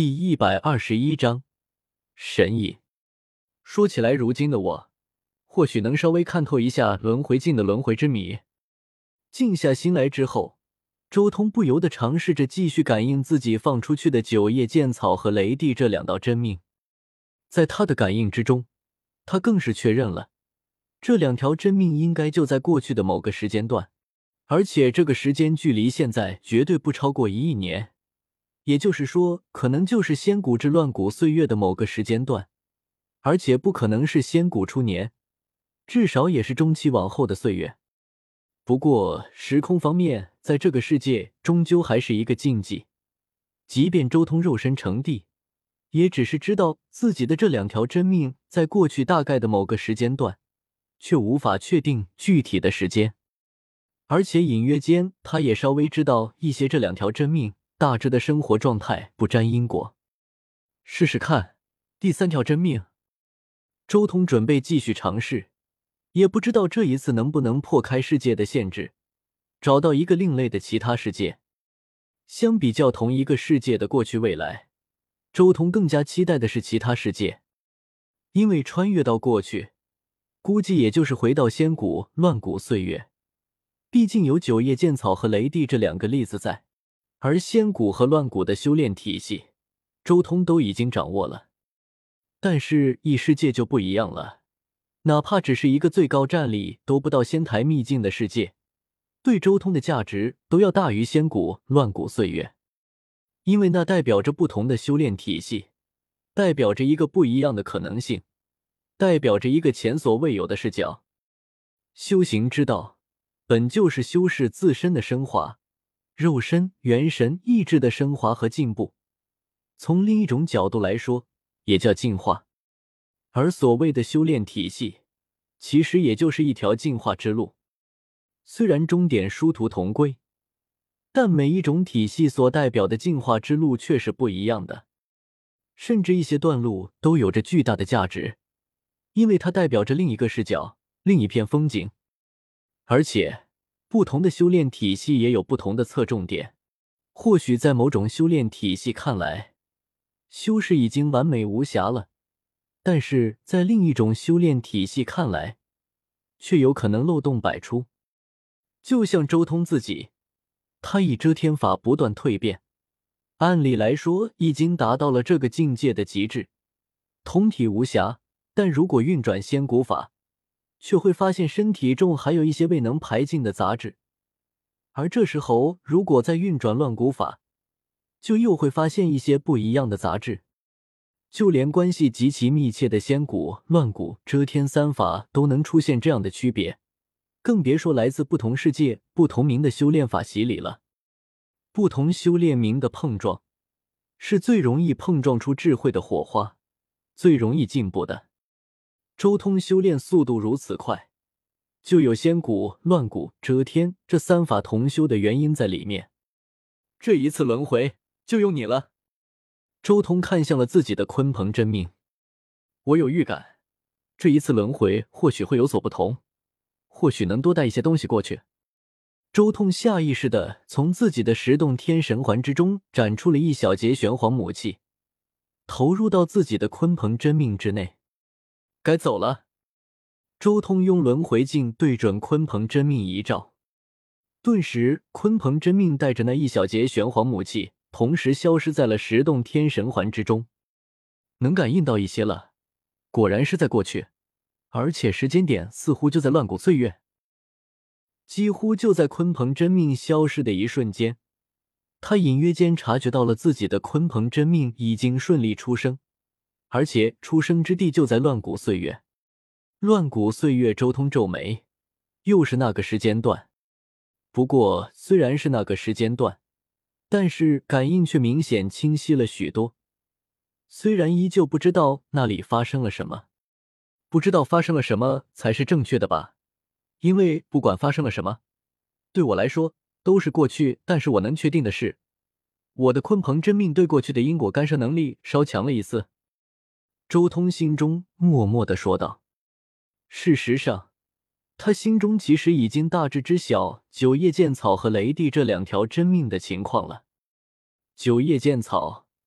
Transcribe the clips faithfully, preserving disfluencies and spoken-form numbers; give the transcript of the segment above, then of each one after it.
第一百二十一章神隐。说起来，如今的我或许能稍微看透一下轮回镜的轮回之谜。静下心来之后，周通不由得尝试着继续感应自己放出去的九叶剑草和雷帝这两道真命。在他的感应之中，他更是确认了这两条真命应该就在过去的某个时间段，而且这个时间距离现在绝对不超过一亿年。也就是说，可能就是仙古至乱古岁月的某个时间段，而且不可能是仙古初年，至少也是中期往后的岁月。不过时空方面在这个世界终究还是一个禁忌，即便周通肉身成帝，也只是知道自己的这两条真命在过去大概的某个时间段，却无法确定具体的时间。而且隐约间他也稍微知道一些这两条真命大致的生活状态不沾因果。试试看第三条真命。周通准备继续尝试，也不知道这一次能不能破开世界的限制，找到一个另类的其他世界。相比较同一个世界的过去未来，周通更加期待的是其他世界。因为穿越到过去，估计也就是回到仙古乱古岁月，毕竟有九叶剑草和雷帝这两个例子在。而仙古和乱古的修炼体系，周通都已经掌握了。但是异世界就不一样了，哪怕只是一个最高战力都不到仙台秘境的世界，对周通的价值都要大于仙古乱古岁月。因为那代表着不同的修炼体系，代表着一个不一样的可能性，代表着一个前所未有的视角。修行之道，本就是修饰自身的升华，肉身、元神、意志的升华和进步，从另一种角度来说，也叫进化。而所谓的修炼体系，其实也就是一条进化之路。虽然终点殊途同归，但每一种体系所代表的进化之路却是不一样的。甚至一些段路都有着巨大的价值，因为它代表着另一个视角，另一片风景。而且不同的修炼体系也有不同的侧重点，或许在某种修炼体系看来，修士已经完美无瑕了，但是在另一种修炼体系看来，却有可能漏洞百出。就像周通自己，他以遮天法不断蜕变，按理来说已经达到了这个境界的极致，通体无瑕，但如果运转仙古法，却会发现身体中还有一些未能排尽的杂质，而这时候如果再运转乱古法，就又会发现一些不一样的杂质。就连关系极其密切的仙古、乱古、遮天三法都能出现这样的区别，更别说来自不同世界、不同名的修炼法洗礼了。不同修炼名的碰撞，是最容易碰撞出智慧的火花，最容易进步的。周通修炼速度如此快，就有仙古、乱古、遮天这三法同修的原因在里面。这一次轮回就用你了。周通看向了自己的鲲鹏真命，我有预感，这一次轮回或许会有所不同，或许能多带一些东西过去。周通下意识地从自己的十洞天神环之中展出了一小节玄黄母气，投入到自己的鲲鹏真命之内。该走了。周通用轮回镜对准鲲鹏真命一照，顿时鲲鹏真命带着那一小节玄黄母气同时消失在了十洞天神环之中。能感应到一些了，果然是在过去，而且时间点似乎就在乱古岁月。几乎就在鲲鹏真命消失的一瞬间，他隐约间察觉到了自己的鲲鹏真命已经顺利出生，而且出生之地就在乱古岁月。乱古岁月，周通皱眉，又是那个时间段。不过虽然是那个时间段，但是感应却明显清晰了许多。虽然依旧不知道那里发生了什么，不知道发生了什么才是正确的吧，因为不管发生了什么，对我来说都是过去。但是我能确定的是，我的鲲鹏真命对过去的因果干涉能力稍强了一丝。周通心中默默地说道。事实上，他心中其实已经大致知晓九叶剑草和雷帝这两条真命的情况了。九叶剑草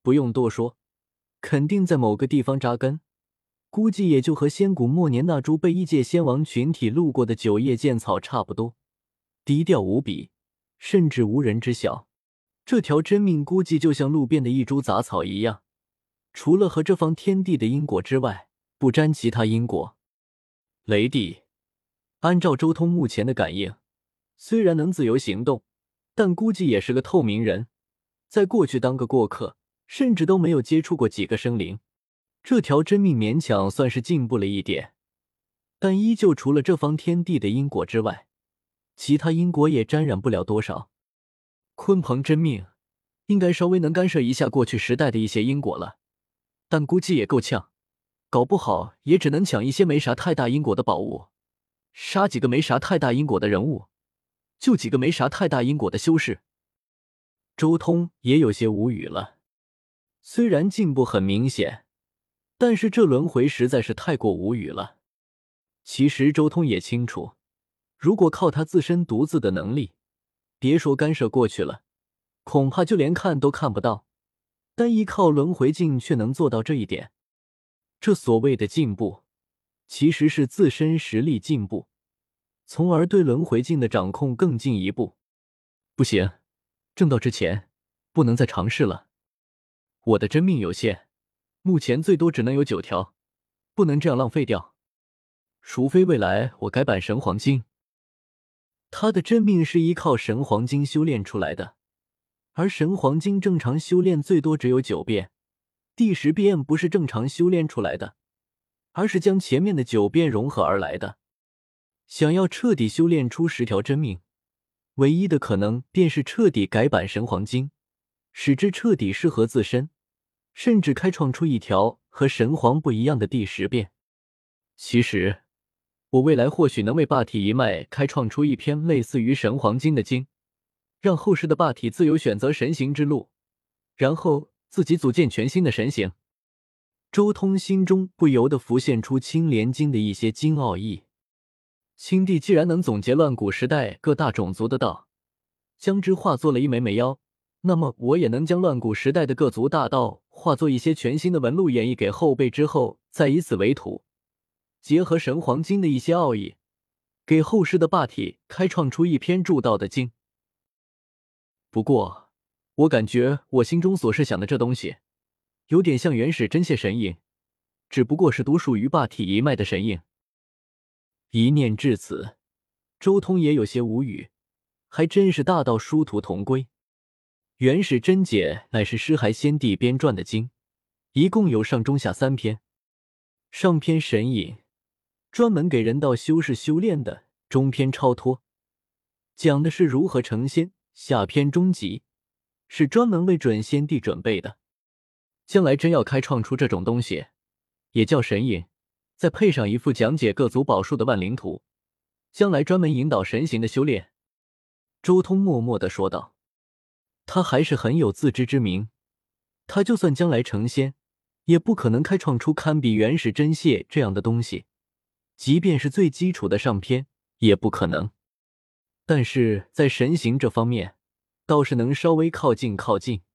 不用多说，肯定在某个地方扎根，估计也就和仙古末年那株被异界仙王群体路过的九叶剑草差不多，低调无比，甚至无人知晓。这条真命估计就像路边的一株杂草一样，除了和这方天地的因果之外，不沾其他因果。雷帝，按照周通目前的感应，虽然能自由行动，但估计也是个透明人，在过去当个过客，甚至都没有接触过几个生灵。这条真命勉强算是进步了一点，但依旧除了这方天地的因果之外，其他因果也沾染不了多少。鲲鹏真命应该稍微能干涉一下过去时代的一些因果了，但估计也够呛，搞不好也只能抢一些没啥太大因果的宝物，杀几个没啥太大因果的人物，救几个没啥太大因果的修士。周通也有些无语了，虽然进步很明显，但是这轮回实在是太过无语了。其实周通也清楚，如果靠他自身独自的能力，别说干涉过去了，恐怕就连看都看不到，但依靠轮回镜却能做到这一点。这所谓的进步，其实是自身实力进步，从而对轮回镜的掌控更进一步。不行，正道之前不能再尝试了。我的真命有限，目前最多只能有九条，不能这样浪费掉。除非未来我改版神黄经。他的真命是依靠神黄经修炼出来的，而神黄经正常修炼最多只有九变，第十变不是正常修炼出来的，而是将前面的九变融合而来的。想要彻底修炼出十条真命，唯一的可能便是彻底改版神黄经，使之彻底适合自身，甚至开创出一条和神黄不一样的第十变。其实我未来或许能为霸体一脉开创出一篇类似于神黄经的经，让后世的霸体自由选择神行之路，然后自己组建全新的神行。周通心中不由得浮现出青莲经的一些经奥义。青帝既然能总结乱古时代各大种族的道，将之化作了一枚枚妖，那么我也能将乱古时代的各族大道化作一些全新的纹路演绎给后辈之后，再以此为土，结合神黄经的一些奥义，给后世的霸体开创出一篇助道的经。不过我感觉我心中所设想的这东西有点像原始真谢神印，只不过是独属于霸体一脉的神印。一念至此，周通也有些无语，还真是大道殊途同归。原始真解乃是尸骸先帝编撰的经，一共有上中下三篇。上篇神隐，专门给人道修士修炼的；中篇超脱，讲的是如何成仙；下篇终极，是专门为准先帝准备的。将来真要开创出这种东西，也叫神隐，再配上一副讲解各族宝术的万灵图，将来专门引导神行的修炼。周通默默地说道。他还是很有自知之明，他就算将来成仙，也不可能开创出堪比原始真谢这样的东西，即便是最基础的上篇也不可能。但是在神行这方面，倒是能稍微靠近靠近。